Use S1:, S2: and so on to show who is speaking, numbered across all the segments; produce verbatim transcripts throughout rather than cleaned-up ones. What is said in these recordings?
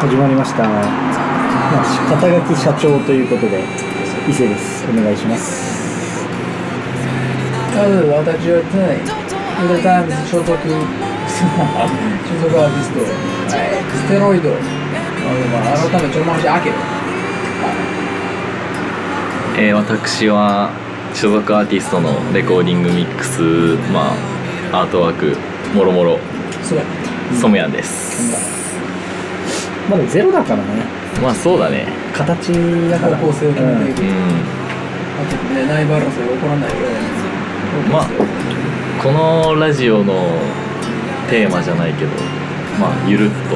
S1: 始まりました。まあ、肩書き社長ということで伊勢です。お願いします。
S2: まず私は常にユーテラタイムズ所属所属アーティスト、はい、ステロイド、まあ、改めてちょっと話あける、
S3: えー、私は所属アーティストのレコーディングミックス、まあ、アートワークもろもろソムヤンです。
S1: まだゼロだからね。
S3: まあそうだね、
S1: 形だから
S2: 方向性を決めていく、うん、あとね、内バランスが起こらないように、
S3: まあこのラジオのテーマじゃないけど、まあゆるっと、うん、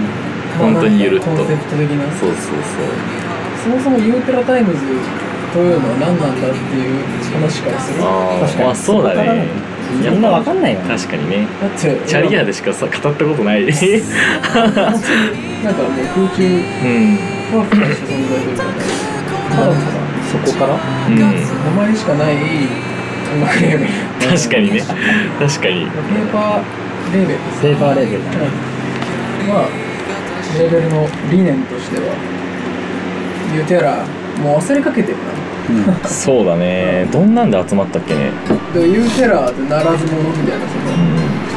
S3: 本当にゆるっと、
S2: コンセプト的な、
S3: そうそうそう、
S2: そもそもユーテラタイムズというのは何なんだっていう話からする。
S3: あ確かに、まあそうだね、
S1: みんなわかんないよね。
S3: 確かにね。
S2: だって
S3: チャリアでしかさ語ったことない。なんか
S2: もう空中、うん、ふわふわした存在というかね。ただただ
S1: そこから、
S3: うん、
S2: 名前しかない音楽レーベル。
S3: 確かにね。確かに。
S2: ペーパーレーベルです。
S1: ペーパーレーベル。
S2: まあレーベルの理念としては、ユーテラもう忘れかけてるな。
S3: うん、そうだね、どんなんで集まったっけね。
S2: ユーテラーってならず者みたいな、その、うん、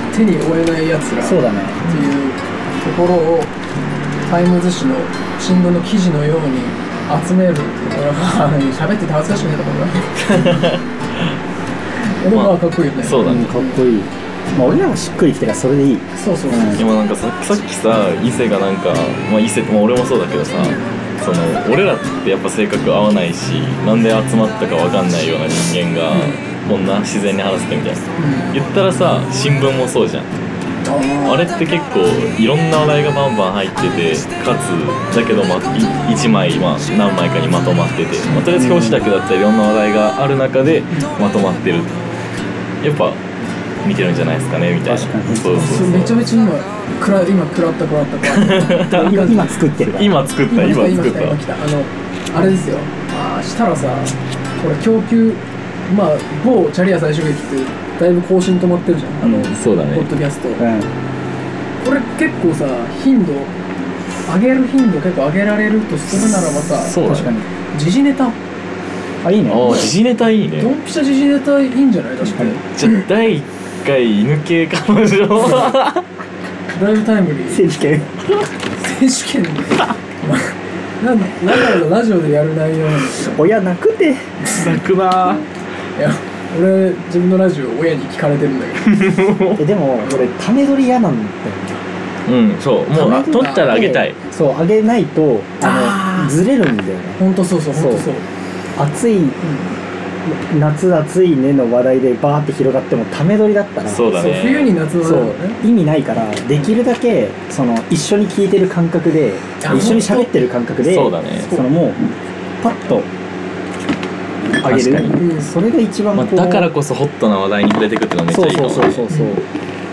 S2: 手に負えないやつらっていうところをタイムズ紙の新聞の記事のように集めるっていうのが喋ってて恥ずかしくないところがでもまあかっこいいよね。
S3: そうだね、
S1: かっこいい。まあ俺らもしっくりきてらそれでいい。
S2: そうそう、うん、
S3: 今なんかさ、さっきさ伊勢がなんか、まあ、伊勢って、まあ、俺もそうだけどさ、その俺らってやっぱ性格合わないし、なんで集まったか分かんないような人間が、うん、こんな自然に話してみたいな、うん、言ったらさ、新聞もそうじゃん。あれって結構いろんな話題がバンバン入ってて、かつだけど、まあ、いちまい、まあ、何枚かにまとまってて、まあ、とりあえず表紙だけだったりいろんな話題がある中でまとまってる。やっぱ見てるんじゃないですかねみたいな。
S1: 確かに。
S2: そうそうそう、めちゃめちゃ今くら今食らった食らった
S1: 今今作ってるから。
S3: 今作った今作った今来た
S2: 今来たあのあれですよ。あしたらさ、これ供給、まあ某チャリア最終劇ってだいぶ更新止まってるじゃん。あの、
S3: うん、そうだね、
S2: ポッドキャスト、うん、これ結構さ、頻度上げる頻度結構上げられるとするならばさ、
S3: そうだね、
S2: 確かに時事ネタ、
S1: あ、いいね。
S3: あ、時事ネタいいね。
S2: ドンピシャ時事ネタいいんじゃない？確かに。
S3: じゃあだいいっかい犬系彼女
S2: だいぶタイムリー。
S1: 選手権
S2: 選手権でなんだろう、ラジオでやる内容なんですよ。
S1: 親泣くて
S3: 泣くな。
S2: いや、俺自分のラジオ親に聞かれてるんだけどえ
S1: でも俺ため撮り嫌なんだよね。
S3: うん、そう、もう撮ったらあげたい。
S1: そう、あげないとあのずれるんだよね。
S2: ほんとそうそう、ほんとそう。
S1: 暑い、うん、夏暑いねの話題でバーって広がってもため撮りだったら、
S3: そうだね、
S2: そう冬に夏の話題だね、
S1: 意味ないから、できるだけその一緒に聞いてる感覚で、一緒に喋ってる感覚で、
S3: そうだね、
S1: そのもうパッとあげる。確かに、うん、それが一番こう、
S3: まあ、だからこそホットな話題に触れてくっていうのはめっちゃいいかもね。
S1: そうそうそうそう、うん、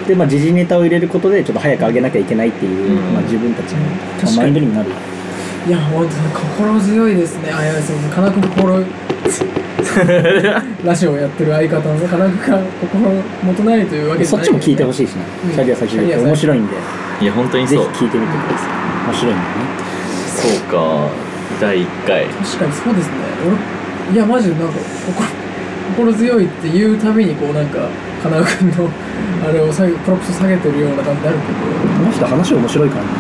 S1: でまあ時事ネタを入れることでちょっと早く上げなきゃいけないっていう、うん、まあ、自分たちの、まあ、マインドにもなる。
S2: いや、ほんと心強いですね。あ、いや、そう、金子心ラジオをやってる相方の金子が心もとないというわけじゃない、ね、
S1: そっちも聞いてほしいしな、うん、キャリア最終面白いんで、
S3: いや本当にそう、
S1: ぜひ聞いてみてください。面白いんだよね。
S3: そうか、だいいっかい、
S2: 確かにそうですね。俺、いやマジでなんか心心強いって言うたびにこうなんか金子君のあれを下げプロップス下げてるような感じになるけど、
S1: この人話面白いからね、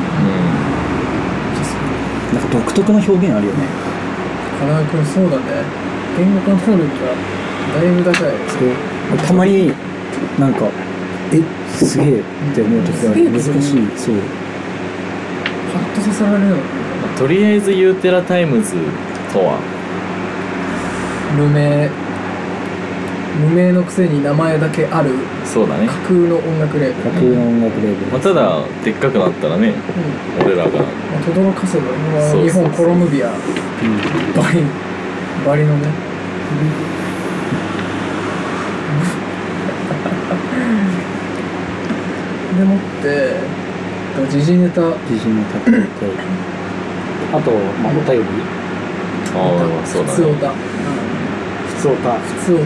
S1: うん、なんか独特の表現あるよね。
S2: 金子君そうだね、言語化能力がだいぶ高い。
S1: そう、たまになんかえすげえって思う時が難しい、うん、そう
S2: パッとさせられるの。
S3: とりあえずユーテラタイムズとは
S2: 無名無名のくせに名前だけある、
S3: そうだね、
S2: 架空の音楽レーベル、
S1: 架空の音楽レーベル、
S3: まあ、ただでっかくなったらね、うん、俺らが
S2: とどろかせば、まあ、日本コロムビア、うん、バリバリのねでもって時事ネタ
S1: 時事ネタってあと、まあ、お便り、
S3: ああ、そうだね、
S2: 普通おた、
S1: 普通おた
S2: 普通おた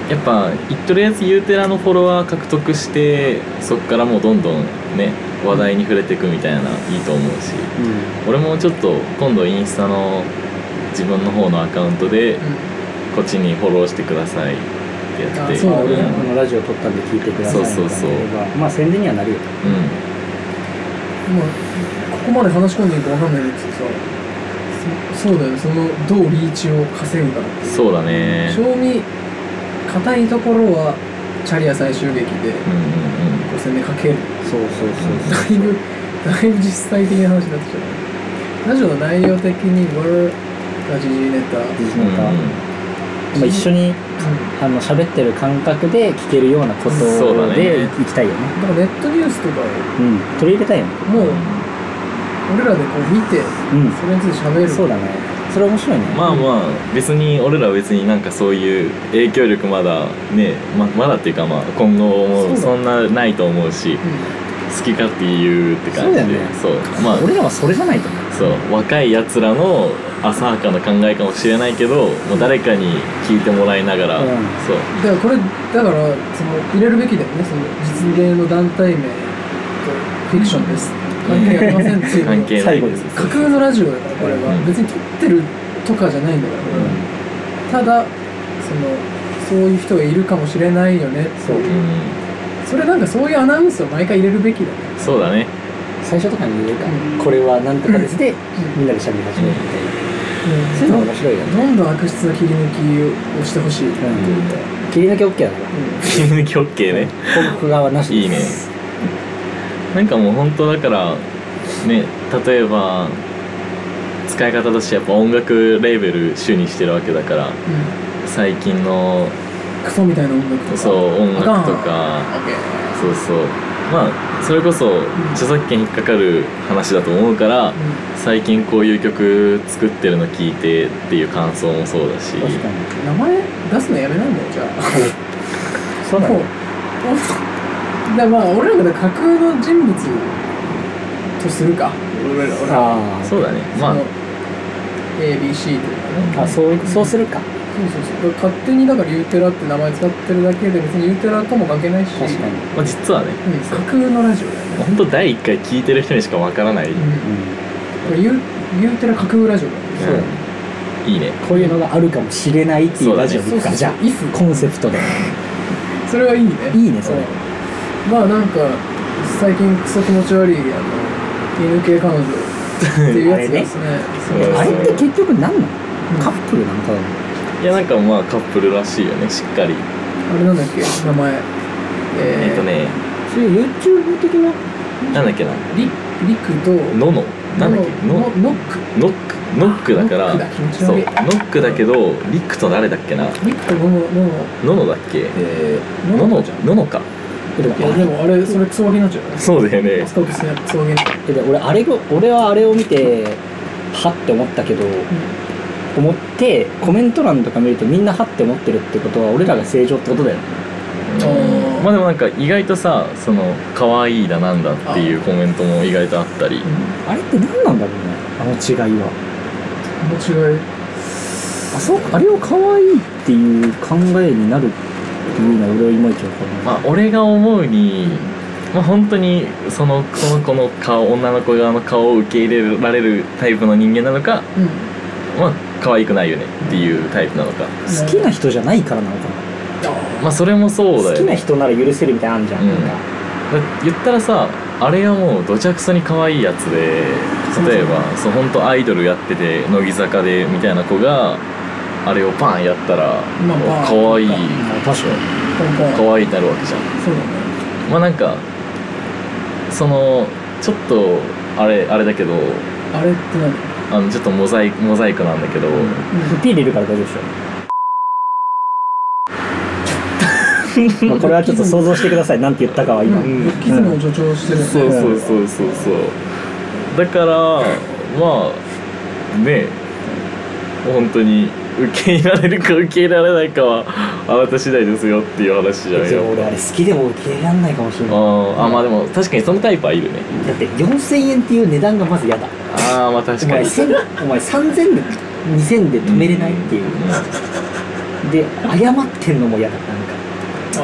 S3: やっぱとりあえずユーテラのフォロワー獲得してそっからもうどんどんね話題に触れていくみたいないいと思うし、うん、俺もちょっと今度インスタの自分の方のアカウントで、うん、こっちにフォローしてくださいってやって、
S1: そうだね、うん、このラジオ撮ったんで聞いてくださいみたいな。そうそうそう、まあ宣伝にはなるよ。
S2: うん、まあここまで話し込んでいいか分かんないですけどさ、そ, そうだよね、そのどうリーチを稼ぐかって。
S3: そうだね。
S2: 正味硬いところはチャリア最終劇でごせんでかける。
S1: そうそうそう
S2: だいぶだいぶ実際的な話になってきちゃう。ラジオの内容的には時事ネタ
S1: 時事ネタ、うんまあ、一緒に、うん、あの喋ってる感覚で聞けるようなことでいきたいよね。
S2: だからネットニュースとかを、
S1: うん、取り入れたいよね。
S2: もう俺らでこう見て、うん、それについて喋る。
S1: そうだね、それ面白いね。
S3: まあまあ別に俺らは別になんかそういう影響力まだね ま, まだっていうかまあ今後もそんなないと思うし、うん、好き勝手言うって感じで、そう、ね、そう、まあ
S1: 俺らはそれじゃないと思う。
S3: そう若いやつらの浅はかな考えかもしれないけど、もう誰かに聞いてもらいながら、うん、そう
S2: だからこれだからその入れるべきだよね、その実芸の団体名とフィクションです、関係ありませんっていう
S3: 関係ないです。
S2: 架空のラジオだからこれは、うん、別に撮ってるとかじゃないんだから、うん、ただそのそういう人がいるかもしれないよね。そう、うん、それなんかそういうアナウンスを毎回入れるべきだね。
S3: そうだね。
S1: 最初とかに言えた、うん、これはなんとかですで、うん、みんなで喋り始めるみたいな、うん、そういうの面白いよね。
S2: どんどん悪質な切り抜きをしてほしい、うん、
S1: 切り抜き OK だから、
S3: うん、切り抜き OK ね。
S1: 広告側なしです。
S3: いいね。なんかもう本当だからね、例えば使い方としてやっぱ音楽レーベル主にしてるわけだから、うん、最近の
S2: クソみたいな音楽とか、
S3: そう音楽とか、そうそう、まあそれこそ著作権引っかかる話だと思うから、うん、最近こういう曲作ってるの聞いてっていう感想もそうだし。
S2: 確かに名前出すのやめないのじゃあ
S1: そうだね。
S2: だまあ俺らが架空の人物とするか。俺ら俺ら
S1: あ
S3: そうだね。まあ
S2: エービーシー というかね。
S1: あ、そうそうするか。
S2: そうそうそう、勝手にだからユーテラって名前使ってるだけで別にユーテラとも関係ないし、
S1: 確かに、
S3: まあ、実はね、
S2: うん、架空のラジオだよね。
S3: 本当第一回聞いてる人にしかわからない、うん
S2: うん、ユ, ユーテラ架空ラジオだよね。
S1: そうだね、
S3: いいね。
S1: こういうのがあるかもしれないっていうラジオでいくか、じゃあコンセプトで
S2: それはいいね。
S1: いいねそれ。
S2: まあなんか最近クソ気持ち悪いあの犬系彼女っていうやつですね
S1: あれって結局何なの、うん、カップルなのかな。
S3: いやなんかまあカップルらしいよね、しっかり。
S2: あれなんだっけ名前、
S3: えー、えっとね
S1: そういう YouTube 的な
S3: なんだっけな、
S2: リリクと
S3: ノノなんだっけ、ノ
S2: ノック
S3: ノックノックだから、そうノックだけどリクと誰だっけな、
S2: リクとノノ
S3: ノノだっけ、
S2: え
S3: ー、ノノじゃん、ノノか。
S2: いやでもあれそれクソワゲになっちゃうよね。
S3: そうだよね。
S2: ストークスクソワゲに。
S1: で俺あれ俺はあれを見てはって思ったけど、うん、思ってコメント欄とか見るとみんなはって思ってるってことは俺らが正常ってことだよね。
S3: うん、まあでもなんか意外とさ、その可愛いだなんだっていうコメントも意外とあったり、
S1: あ, あれって何なんだろうね、あの違いは。
S2: あの違い
S1: あそうあれを可愛いっていう考えになるっていうのは俺はいまいち分かんない。
S3: まあ俺が思うに、まあ、本当にそのその子の顔、女の子側の顔を受け入れられるタイプの人間なのか、うん、まあ可愛くないよねっていうタイプなのか、
S1: 好きな人じゃないからなのかな。
S3: まあそれもそうだよね。
S1: 好きな人なら許せるみたいなのあるじゃん、うん、なんか
S3: 言ったらさ、あれはもうどちゃくそに可愛いやつで、例えばそう本当アイドルやってて乃木坂でみたいな子があれをパンやったら、まあ、可愛い、まあ、
S1: 確かに
S3: 可愛いになるわけじゃん。
S2: そうだね。
S3: まあなんかそのちょっとあれあれだけど、
S2: あれって何？
S3: あのちょっとモザイクモザイクなんだけど、うん、
S1: ピー入れるから大丈夫でしょまあこれはちょっと想像してください、なんて言ったかは今、
S2: ルッキズムを助長してる、ね、
S3: そうそうそうそうそう。だからまあね、本当に受け入れられるか受け入れられないかはあなた次第ですよっていう話じゃないよ。
S1: 俺あれ好きでも受け入れられないかもしれない。
S3: ああ、まあでも確かにそのタイプはいるね。
S1: だってよんせんえんっていう値段がまず嫌だ。
S3: ああ、まあ確かに。
S1: お前さんぜんでにせんで止めれないっていう、うん、で謝ってんのも嫌だ。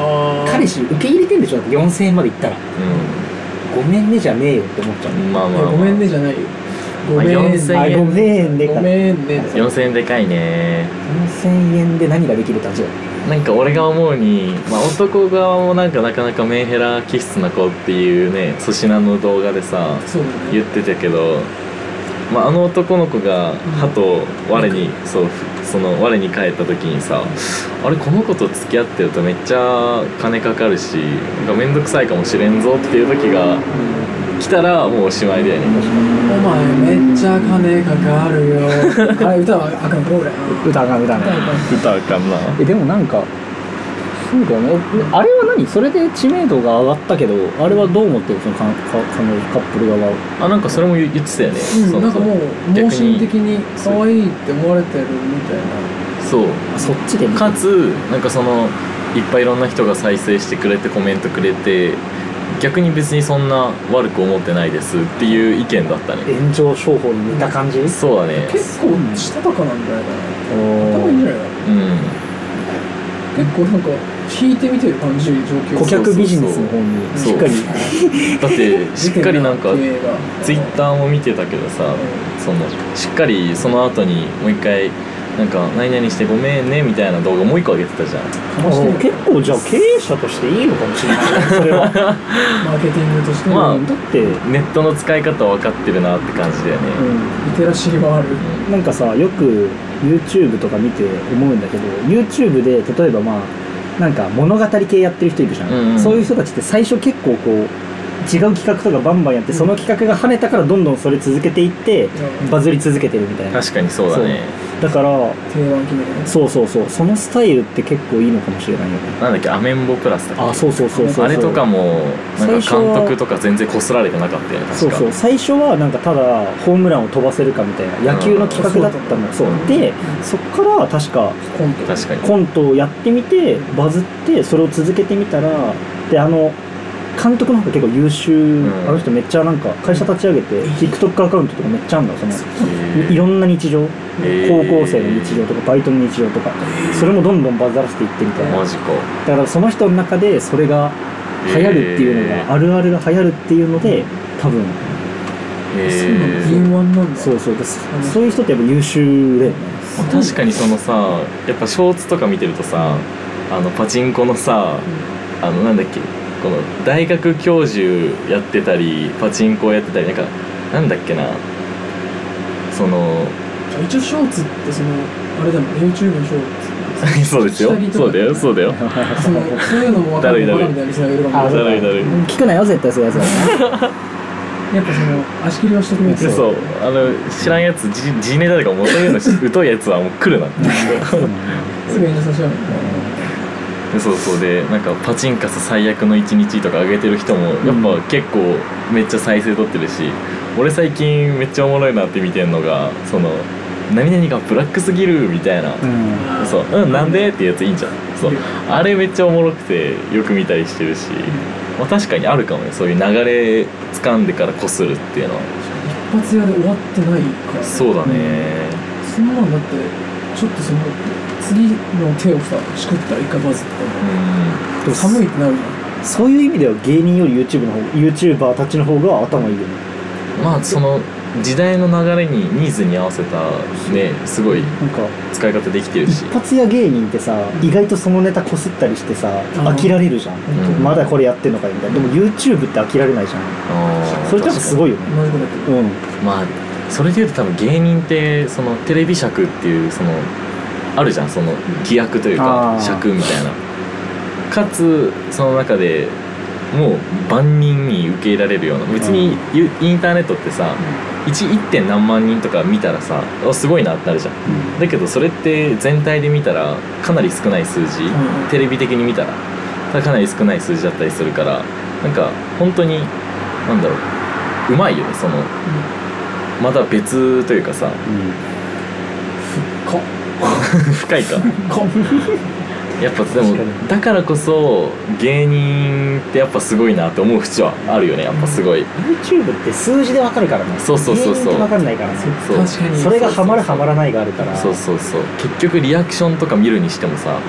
S2: あ
S1: 彼氏受け入れてんでしょ、だってよんせんえんまでいったら、ごめんねじゃねえよって思っちゃう。
S3: まあまあ、まあ、
S2: ごめんねじゃないよ。ごめん、
S3: よんせんえん、
S1: あごめんねか
S2: ごめんね。
S3: よんせんえんでかいね。
S1: よんせんえんで何ができるかじゃ
S3: なんか俺が思うに、まあ、男側もなんかなかなかメンヘラ気質な子っていうね粗品の動画でさ、
S2: そうだね、
S3: 言ってたけど、まあ、あの男の子が歯と我に、うん、そうその我に返った時にさ、あれこの子と付き合ってるとめっちゃ金かかるしなんか面倒くさいかもしれんぞっていう時が来たらもうおしまいだよね。
S2: お前めっちゃ金かかるよあれ歌はあかんこれ
S1: 歌あかん歌あかん
S3: 歌あかんな。
S1: えでもなんかそうだよね。あれは何、それで知名度が上がったけどあれはどう思ってる、そのかか彼女カップル側は。
S3: あ、なんかそれも言ってたよね、
S2: うん、
S3: そう
S2: なんかもう盲信的に可愛いって思われてるみたいな。
S3: そう、
S1: そっちで
S3: かつなんかそのいっぱいいろんな人が再生してくれてコメントくれて逆に別にそんな悪く思ってないですっていう意見だったね。
S1: 炎上商法に似た感じ。
S3: そうだね。
S2: 結構したたかなんじゃないかな。頭いいんじゃないかな。
S3: うん
S2: 結構なんか引いてみてる感じ、状況。
S1: 顧客ビジネスの方にしっかり
S3: だってしっかりなんかツイッターも見てたけどさ、そのしっかりその後にもう一回なんか何々してごめんねみたいな動画もう一個上げてたじゃん。
S1: 結構じゃあ経営者としていいのかもしれないそれは
S2: マーケティングとしても、
S3: まあ、
S1: だって
S3: ネットの使い方は分かってるなって感じだよね、
S2: うん、リテラシーはある。
S1: なんかさよく YouTube とか見て思うんだけど YouTube で例えばまあなんか物語系やってる人いるじゃん、うんうん、そういう人たちって最初結構こう違う企画とかバンバンやって、うん、その企画が跳ねたからどんどんそれ続けていって、うん、バズり続けてるみたいな。
S3: 確かにそうだね。
S1: だから
S2: 定番決めてね。
S1: そうそうそう、そのスタイルって結構いいのかもしれないよね。
S3: なんだっけ、アメンボプラスだっけ。
S1: あ、そうそうそうそう、
S3: あれとかもなんか監督とか全然こすられてなかったよね。確か
S1: そうそう、最初はなんかただホームランを飛ばせるかみたいな野球の企画だったの、うん、そう、うん、で、うん、そっから確か
S2: コント
S3: 確かに
S1: コントをやってみてバズってそれを続けてみたら、であの監督の方が結構優秀、うん、あの人めっちゃなんか会社立ち上げて TikTok アカウントとかめっちゃあるんだ、そのいろんな日常、高校生の日常とかバイトの日常とか、それもどんどんバズらせていってみたいな。
S3: マジか。
S1: だからその人の中でそれが流行るっていうのが、あるあるが流行るっていうので多分
S2: 敏腕なんだ。
S1: そうそうです。そういう人ってやっぱ優秀で、
S3: 確かにそのさ、やっぱショーツとか見てるとさ、あのパチンコのさ、あのなんだっけ、この大学教授やってたりパチンコやってたり、なんかなんだっけな、その
S2: 一応ショーツってそのあれだもん、 YouTube のショーツ
S3: そうですよ、そうだよそうだよ
S2: そのそういうのも分かるのかなみたいなリスナーがいるかもしれない。
S1: 聞くなよ絶対そういうやつは
S2: やっぱその足切りはしとくやつ。
S3: そう、あの知らんやつ、G, G ネタとかもうそういうの疎いやつはもう来るなって
S2: すぐ遠慮させちゃう。
S3: そうそう、でなんかパチンカス最悪の一日とか上げてる人もやっぱ結構めっちゃ再生取ってるし、うん、俺最近めっちゃおもろいなって見てんのが、その何々がブラックすぎるみたいな、うん、そう、うんなんでってやついいんじゃん。そう、あれめっちゃおもろくてよく見たりしてるし、まあ、確かにあるかもね、そういう流れ掴んでからこするっていうのは。
S2: 一発屋で終わってないから。
S3: そうだね、
S2: うん、そんなんだってちょっとその次の手をさしくったら一回バズっても、うん、寒いってなるじゃん。
S1: そういう意味では芸人より YouTube の方 YouTuber たちの方が頭いいよね。
S3: まあその時代の流れにニーズに合わせたね、すごい使い方できてるし、
S1: 一発屋芸人ってさ、意外とそのネタこすったりしてさ飽きられるじゃん、うん、まだこれやってんのかよみたいな。でも YouTube って飽きられないじゃん。あ、それ多分すごいよね。うん、
S3: まあそれで言うと多分芸人ってそのテレビ尺っていうそのあるじゃん、その規約というか尺みたいな、かつその中でもう万人に受け入れられるような、別にインターネットってさ、いち. 点何万人とか見たらさ、すごいなってなるじゃん、うん、だけどそれって全体で見たらかなり少ない数字、うん、テレビ的に見たらかなり少ない数字だったりするから、なんか本当になんだろう、うまいよね、その、うん、また別というかさ、うん、深いかやっぱでもだからこそ芸人ってやっぱすごいなって思う節はあるよね、やっぱすごい。
S1: YouTube って数字で分かるからね。
S3: そうそうそうそう、芸人って
S1: 分かんないからね。
S3: そう、
S2: 確かに
S1: それがハマるハマらないがあるから。
S3: そうそうそう、結局リアクションとか見るにしてもさ、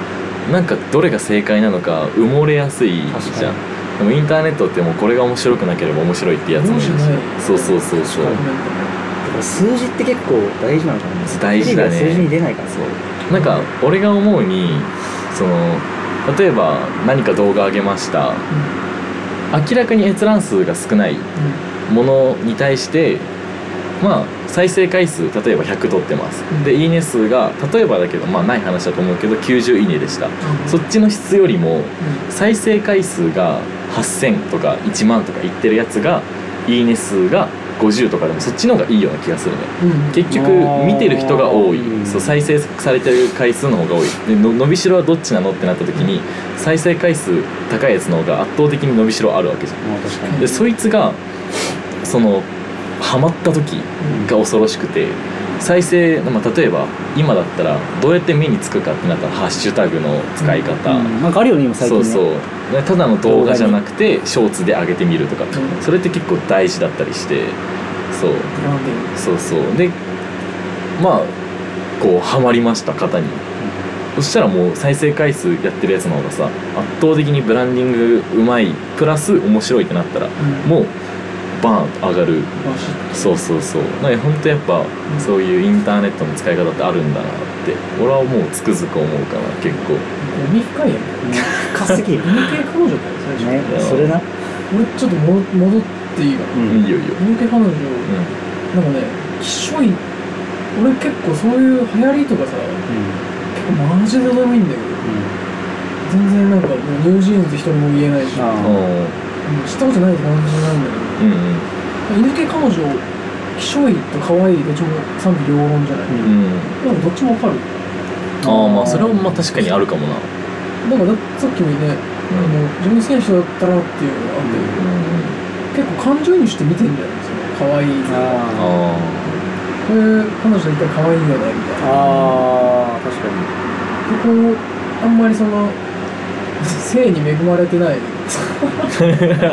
S3: なんかどれが正解なのか埋もれやすいじゃん。でもインターネットってもうこれが面白くなければ面白いってやつもいるし、そうそうそうそう。
S1: 数字って結構大事なのかな。
S3: 大事だね。
S1: 数字に出ないから。
S3: そうなんか俺が思うにその例えば何か動画上げました、うん、明らかに閲覧数が少ないものに対してまあ再生回数例えばひゃく取ってます、うん、でいいね数が例えばだけどまあない話だと思うけどきゅうじゅういいねでした、うん、そっちの質よりも再生回数がはっせんとかいちまんとかいってるやつがいいね数がごじゅうとかでもそっちの方がいいような気がするね、うん、結局見てる人が多い、そう再生されてる回数の方が多いでの伸びしろはどっちなのってなった時に再生回数高いやつの方が圧倒的に伸びしろあるわけじゃん。確かに。でそいつがそのハマった時が恐ろしくて、再生、まあ、例えば今だったらどうやって目につくかってなったらハッシュタグの使い方、
S1: うんうん、なんかあるよね今最近ね。
S3: そうそうただの動画じゃなくてショーツで上げてみるとか、うん、それって結構大事だったりして、そうそうそうでまあこうハマりました方に、うん、そしたらもう再生回数やってるやつの方がさ圧倒的にブランディングうまいプラス面白いってなったら、うん、もうバーンと上がる。そうそうそうなんか本当やっぱ、うん、そういうインターネットの使い方ってあるんだなって俺はもうつくづく思うかな。結構
S2: ゴミ深いやん
S1: 稼ぎ
S2: ゴミ系彼女だよ最初、
S1: ね、それな。
S2: 俺ちょっとも戻っていいかな、
S3: うん、いいよいいよ。
S2: ゴミ系彼女、うん、なんかねきしょい俺結構そういう流行りとかさ、うん、結構マジでどうでもいいんだけど、うん、全然なんかもうニュージーンズ一人も言えないし、知ったことないって感じなんだけど、うんうん、犬系彼女きしょいと可愛いどっちも賛否両論じゃない、うん、でもどっちもわかる。
S3: ああまあそれはまあ確かにあるかもな。
S2: だからさっきもね、うん、あの自分好きな人だったらっていうのがあって、うん、結構感情移入して見てんじゃないですか。可愛いとかあこれ彼女といったら可愛いよねみたいな。
S1: ああ確かに。
S2: でこうあんまりその性に恵まれてないあの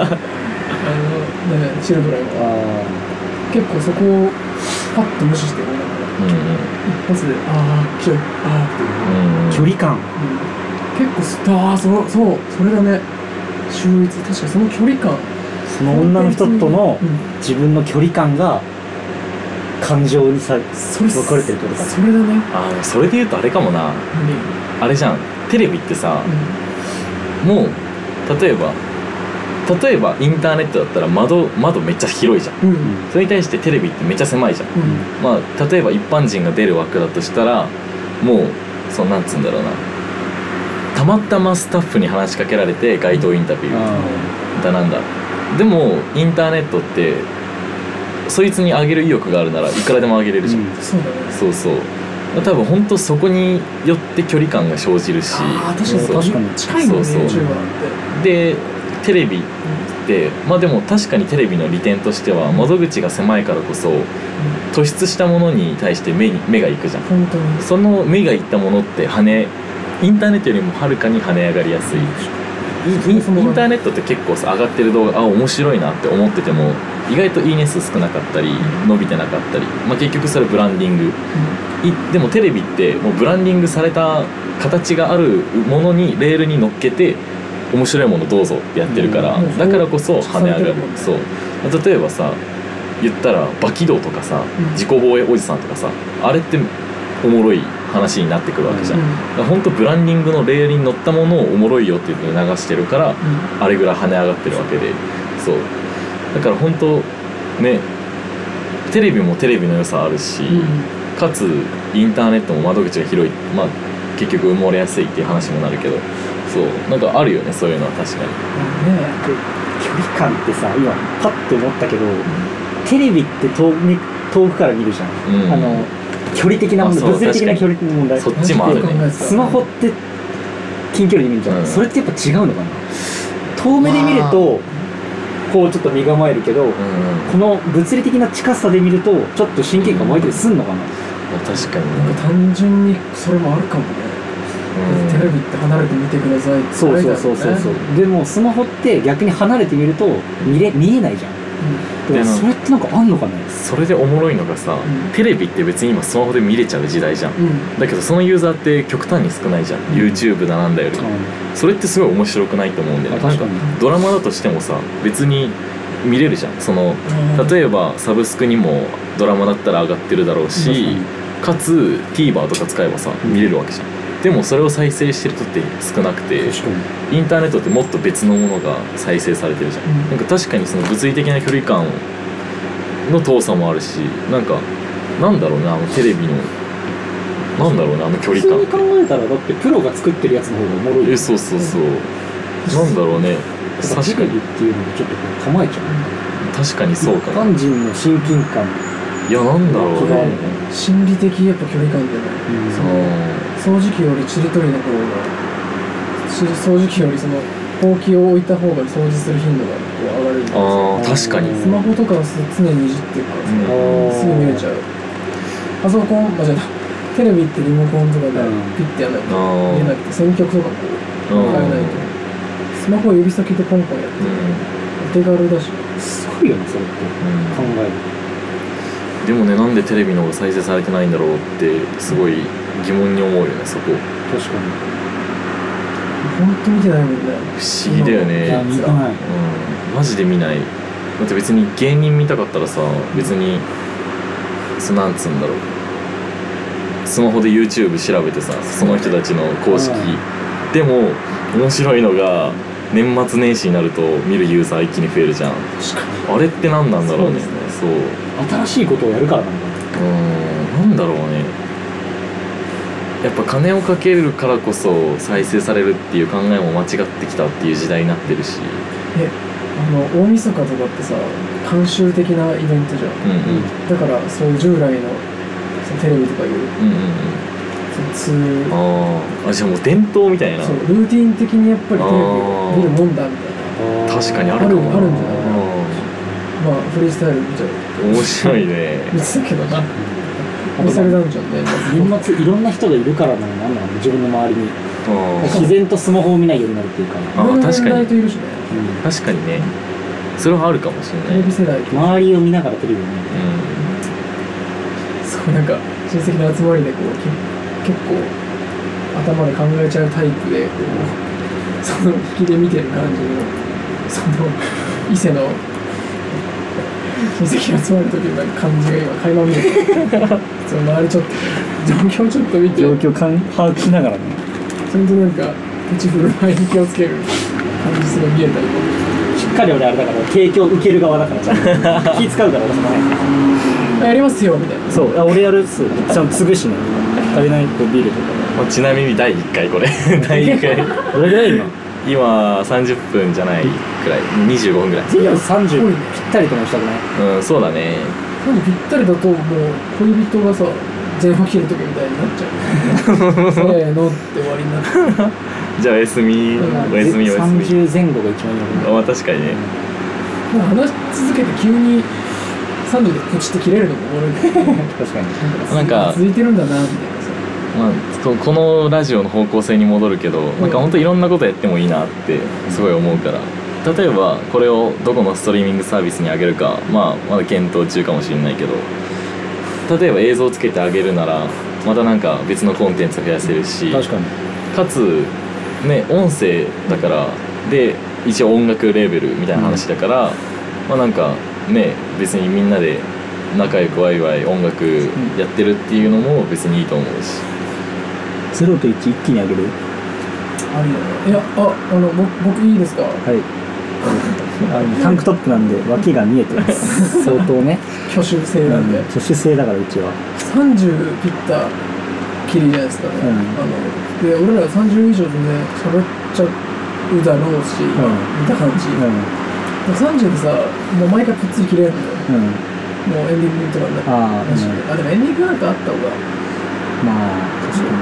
S2: ねチルドレンは結構そこをパッと無視してこうなんか、うんうん、一発でああきょいああっていう、
S1: うん、距離感、うん、
S2: 結構すああそうそうそれだね秀逸。確かにその距離感
S1: その女の人との自分の距離感が感情にさ分かれてるってことか。
S2: それだね。
S3: ああそれで言うとあれかもな。あれじゃんテレビってさ、うん、もう例えば例えばインターネットだったら 窓, 窓めっちゃ広いじゃん、うん、それに対してテレビってめっちゃ狭いじゃん、うん、まあ例えば一般人が出る枠だとしたらもうそのなんつうんだろうなたまたまスタッフに話しかけられて街頭インタビューだなんだ。でもインターネットってそいつに上げる意欲があるならいくらでも上げれるじゃん、うん、
S2: そうだね。
S3: そうそう多分本当そこによって距離感が生じるし。
S2: あ確かに確かに近いもんね。そうそう
S3: でテレビって、まあでも確かにテレビの利点としては窓口が狭いからこそ突出したものに対して目に目がいくじゃん。
S2: 本当に
S3: その目がいったものって跳ねインターネットよりもはるかに跳ね上がりやすい。インターネットって結構さ上がってる動画あ面白いなって思ってても意外といいね数少なかったり伸びてなかったり、まあ、結局それブランディング、うん、でもテレビってもうブランディングされた形があるものにレールに乗っけて面白いものどうぞってやってるから、うん、だからこそ跳ね上がる。そう例えばさ言ったらバキドとかさ、うん、自己防衛おじさんとかさあれっておもろい話になってくるわけじゃん、うん、だから本当ブランディングのレールに乗ったものをおもろいよっていうのを流してるから、うん、あれぐらい跳ね上がってるわけで、そうだから本当ねテレビもテレビの良さあるし、うん、かつインターネットも窓口が広い、まあ結局埋もれやすいっていう話もなるけど、そうなんかあるよねそういうのは確かに、
S1: ね、で距離感ってさ今パッと思ったけど、うん、テレビって遠遠くから見るじゃん、うん、あの距離的な問題、物理的な距離の問題、
S3: そっちもあるね。
S1: スマホって近距離で見るじゃん、うん、それってやっぱ違うのかな。遠目で見るとこうちょっと身構えるけど、うん、この物理的な近さで見るとちょっと親近感湧いたりすんのかな、うん、
S3: 確かに
S2: なんか単純にそれもあるかもね、うん、テレビって離れて見てくださいって、
S1: そうそうそうそうそう、でもスマホって逆に離れて見ると見れ見えないじゃん。 うん、でもそれってなんかあんのかね。
S3: それでおもろいのがさ、うん、テレビって別に今スマホで見れちゃう時代じゃん、うん、だけどそのユーザーって極端に少ないじゃん、うん、YouTube だなんだより、うん、それってすごい面白くないと思うんだよね。なんかドラマだとしてもさ別に見れるじゃん。その例えばサブスクにもドラマだったら上がってるだろうし、かつ TVer とか使えばさ見れるわけじゃん。でもそれを再生してる人って少なくて、インターネットってもっと別のものが再生されてるじゃん、うん、なんか確かにその物理的な距離感の遠さもあるし、なんかなんだろうなあのテレビのなんだろうなあの距離感。
S4: 普通に考えたらだってプロが作ってるやつの方がおもろい。
S3: えそうそうそう、うん、なんだろうね。
S4: 確かにテレビっていうのがちょっと構えちゃう。
S3: 確かにそうかな。
S4: 一般人の親近感。
S3: いやなんだろうね。
S2: 心理的やっぱ距離感じゃない、うん、その掃除機よりちりとりの方が掃除機よりそのほうきを置いた方が掃除する頻度がこう上がるんですよ。
S3: あ確かに
S2: スマホとかは常にいじってるからさ、うん、すぐ見れちゃう。パソコン、あ、じゃあテレビってリモコンとかでピッてやらないと見えなくて、選曲とかこう変えないとスマホを指先でポンポンやってる、うん、お手軽だし
S4: すごいよねそれって考える、
S3: うん、でもねなんでテレビの方が再生されてないんだろうってすごい疑問に思うよねそこ。
S4: 確かに
S2: 本当見てないもんね。
S3: 不思議だよね。
S4: いや見てない、うん、
S3: マジで見ない。だって別に芸人見たかったらさ別にそなんつうんだろうスマホで YouTube 調べてさその人たちの公式、うん、でも面白いのが年末年始になると見るユーザー一気に増えるじゃん。
S4: 確かに
S3: あれって何なんだろうね。そう、
S4: 新しいことをやるからなんだ。
S3: うーんなんだろうね。やっぱ金をかけるからこそ再生されるっていう考えも間違ってきたっていう時代になってるし。
S2: えあの大晦日とかってさ慣習的なイベントじゃん、うんうん、だからそういう従来のそのテレビとかいう、うんうんうん、その
S3: ああじゃあもう伝統みたいな。
S2: そうルーティン的にやっぱりテレビを見るもんだみたいな。
S3: 確かにあるかも。
S2: あるあるんじゃないかな。まあフリースタイル見ちゃう。
S3: 面白いね。
S2: 見てたけどな。オセルダンジョンね。
S4: 年末いろんな人がいるからなのなんなの自分の周りに。自然とスマホを見ないようになるっていうか。
S2: ああ確かに。といるしね。
S3: うん、確かにね。それはあるかもしれない。
S2: テレビ世代。
S4: 周りを見ながらテレビを見る。
S2: うん。そうなんか親戚の集まりでこう結構頭で考えちゃうタイプでこうその引きで見てる感じのその伊勢の親戚が集まる時の感じが今垣間見えてその周りちょっと状況ちょっと見て
S1: 状況把握しながらね
S2: ちゃんとなんか立ち振る舞いに気をつける感じすごい見えたりとか
S4: しっかり俺あれだから提供受ける側だからちゃんと気使うから俺その
S2: ねやりますよみたいな。
S1: そう俺やるっすちゃんと継ぐしね足りないとビールとか、
S3: まあ、ちなみにだいいっかいこれだいいっかい
S1: どれぐらい今
S3: 今さんじゅっぷんじゃないくらいにじゅうごふんぐらい。
S1: いやさんじゅうぴったりともしたくない。
S3: うんそうだね。
S2: さんじゅうぴったりだともう恋人がさ電話切る時みたいになっちゃうせーのって終わりになって
S3: じゃあおやすみ、うん、おやすみおやすみ。
S4: さんじゅうぜん後が一番いいよね。
S3: あ確かにね、
S2: うん、話し続けて急にさんじゅうでプチって切れるのもおもろい確
S1: かに
S3: なんか
S2: 続いてるんだなみたいな。
S3: まあ、このラジオの方向性に戻るけど、うん、なんか本当いろんなことやってもいいなってすごい思うから、例えばこれをどこのストリーミングサービスに上げるか、まあ、まだ検討中かもしれないけど、例えば映像をつけてあげるならまたなんか別のコンテンツを増やせるし、
S1: 確かに
S3: かつ、ね、音声だからで一応音楽レーベルみたいな話だから、うん、まあなんかね別にみんなで仲良くワイワイ音楽やってるっていうのも別にいいと思うし、
S1: ゼロといち一気に上げる
S2: ありだね。いやああの僕僕いいですか。
S1: はいあのタンクトップなんで脇が見えてます相当ね
S2: 挙手制なんで、うん、
S1: 挙手制だからうちは
S2: さんじゅうピッタきりじゃないですかね、うん、あので俺らさんじゅう以上でね喋っちゃうだろうし、うん、見た感じ、うん、さんじゅうでさもう毎回ぷっつり切れるんだよ、うん、もうエンディングとかになってあ、うん、あでもエンディングなんかあった方が
S1: まあ確かに、うん、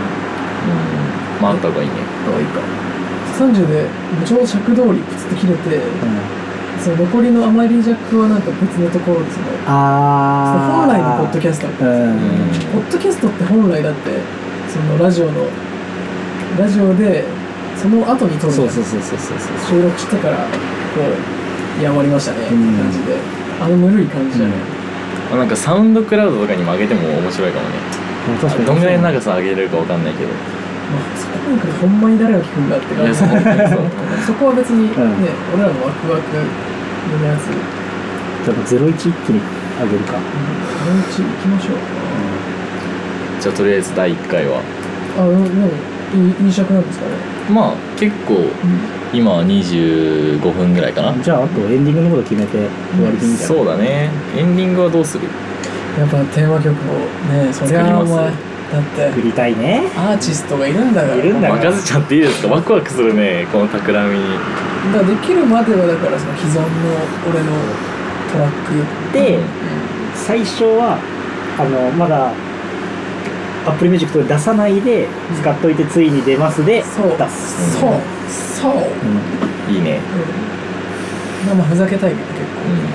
S3: まああった方がいいね。
S2: あった方がいいか。さんじゅうでちょうど尺通りプツッと切れて、うん、その残りの余り尺はなんか別のところですね。あその本来のポッドキャストって、うん、ポッドキャストって本来だってそのラジオのラジオでその後に撮る
S1: そうそうそうそうそう
S2: 収録してからこういや終わりましたねって感じであのぬるい感じじゃない、
S3: まあなんかサウンドクラウドとかにも上げても面白いかもね。
S1: 確かに
S3: どんぐらいの長さ上げれるかわかんないけど、
S2: まあ、そこなんかほんまに誰が聞くんだって感じ。
S3: そう
S2: そこは別にね、
S1: うん
S2: 俺らのワクワクのやつ、
S1: じゃあゼロイチ一気に上げるか。
S2: そのうち行きましょう。
S3: じゃあとりあえずだいいっかいは
S2: あ、でもいい飲食なんですかね。
S3: まあ結構今はにじゅうごふんぐらいかな。
S1: じゃああとエンディングのこと決めて終わりでいいんじゃない？
S3: そうだね。エンディングはどうする？
S2: やっぱテーマ曲をね、そりゃお前だって
S1: 作りたいね。
S2: アーティストがいるんだから。
S1: いるんだから
S3: 任せちゃっていいですか？ワクワクするね、この企みに。
S2: だからできるまではだからその既存の俺のトラック
S1: で、
S2: うん
S1: 最初はあのまだアップルミュージックとか出さないで使っといてついに出ますで
S2: そう
S1: 出す。
S2: そうそう、うん、
S3: いいね。
S2: まあまあふざけたいけど結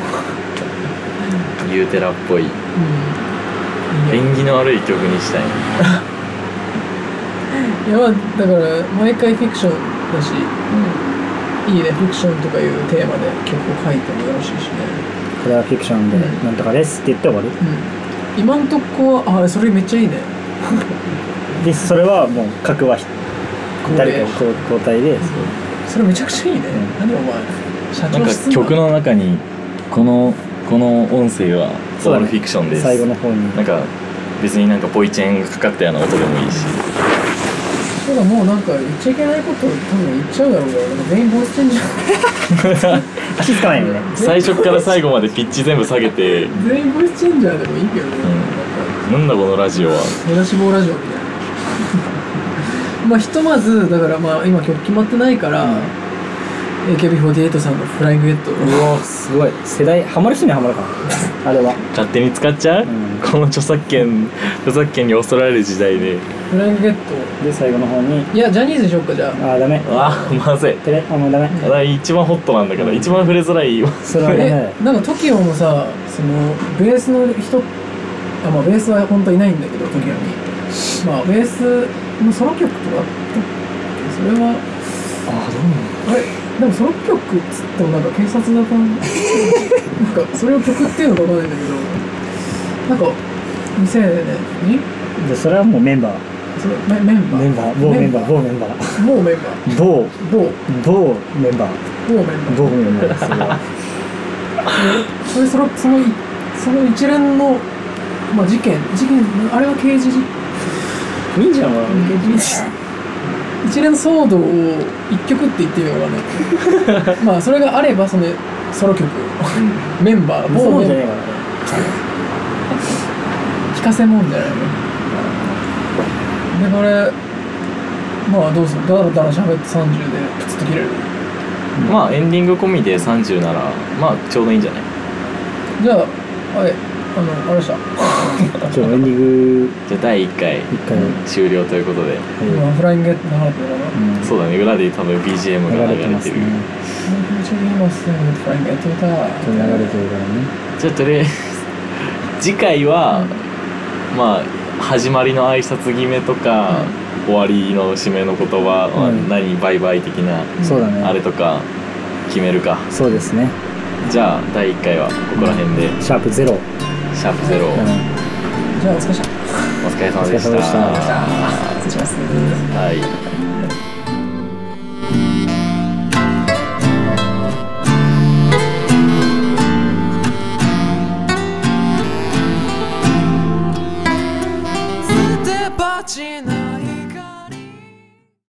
S2: 構、
S3: うん、ユーテラっぽい
S2: うん、いいね。
S3: 縁起の悪い曲にしたい。
S2: いやまあだから毎回フィクションだし、いいね、フィクションとかいうテーマで曲を書いてもよろしいしね。
S1: これはフィクションで
S2: うん
S1: なんとかですって言って終わる。
S2: うん、今んとこはあそれめっちゃいいね。
S1: でそれはもう各は誰か交交代で。
S2: それめちゃくちゃいいね。
S1: うん
S2: 何お前社
S3: なんか
S2: 長室んだ
S3: 曲の中にこのこの音声はオールフィクションです。
S1: 最後の方に
S3: なんか別になんかポイチェンがかかったような音でもいいし。
S2: そうだ、もうなんか言っちゃいけないこと多分言っちゃうだろうから、なんか全員ボイスチェンジャー
S1: 足つかないよね。
S3: 最初から最後までピッチ全部下げて、
S2: 全員ボイスチェンジャーでもいいけどね、
S3: うん、なんだこのラジオは。
S2: 目出し棒ラジオみたいなまあひとまずだからまあ今曲決まってないから、うん、エーケービーフォーティーエイト さんのフライングゲット、
S1: うわすごい世代ハマる人にはハマるかなあれは。
S3: 勝手に使っちゃう、うん、この著作権著作権に恐れられる時代で。
S2: フライングゲット
S1: で最後の方に
S2: いやジャニーズにしよっか。じゃあ
S1: あーダメ。
S3: あーまずい。
S1: テレあもうダメ。
S3: だから一番ホットなんだけど、うん、一番触れづらい。
S1: それは
S2: え
S1: ね。
S2: なんか トキオ もさ、そのベースの人、あまあベースは本当いないんだけど トキオ にまあベースのソロ曲とかあったっけ。それは
S1: ああどうなの。
S2: あれでもソロ曲っつってもなんか警察だったんなんかそれを曲っていうのかわかんないんだけど、なんかにせんねんに
S1: でそれはもうメンバー
S2: それメメンバー
S1: メンバー某メンバー某メンバー
S2: もうメンバー
S1: 某
S2: 某
S1: 某メンバー
S2: 某メンバー
S1: 某メンバーそれは
S2: それそのそのその一連のまあ事件事件あれは刑事事
S1: いいんじゃんは
S2: 一連の騒動を一曲って言ってみようかなまあそれがあればそのソロ曲メンバー某メンバー
S1: じゃねえかな
S2: 聞かせもんじゃないのでこれまあどうするだらだら喋ってさんじゅうでプツッと切れる。
S3: まあエンディング込みでさんじゅうならまあちょうどいいんじゃない。
S2: じゃあはいあのあれでした
S1: ちょエンディング
S3: じゃあだいいっかい
S1: 一回
S3: 終了ということで、
S2: 今フライングゲット流れてるかな、
S1: うん
S3: そうだね、裏で多分 ビージーエム が流れてる。
S1: 流れてますね。
S2: フライングゲット歌
S1: 流れてるからね。
S3: じゃあとりあえず次回は、まあ始まりの挨拶決めとか、終わりの締めの言葉、まあ
S1: うん
S3: 何バイバイ的な
S1: そうだね。
S3: あれとか決めるか。
S1: そうですね。
S3: じゃあだいいっかいはここら辺で、
S1: シャープゼロ。
S3: シャープゼロ、
S1: うん
S2: じゃあお疲れ様でした
S3: お疲れ様でした。
S1: お疲れ様でした
S2: 失礼します
S3: はい。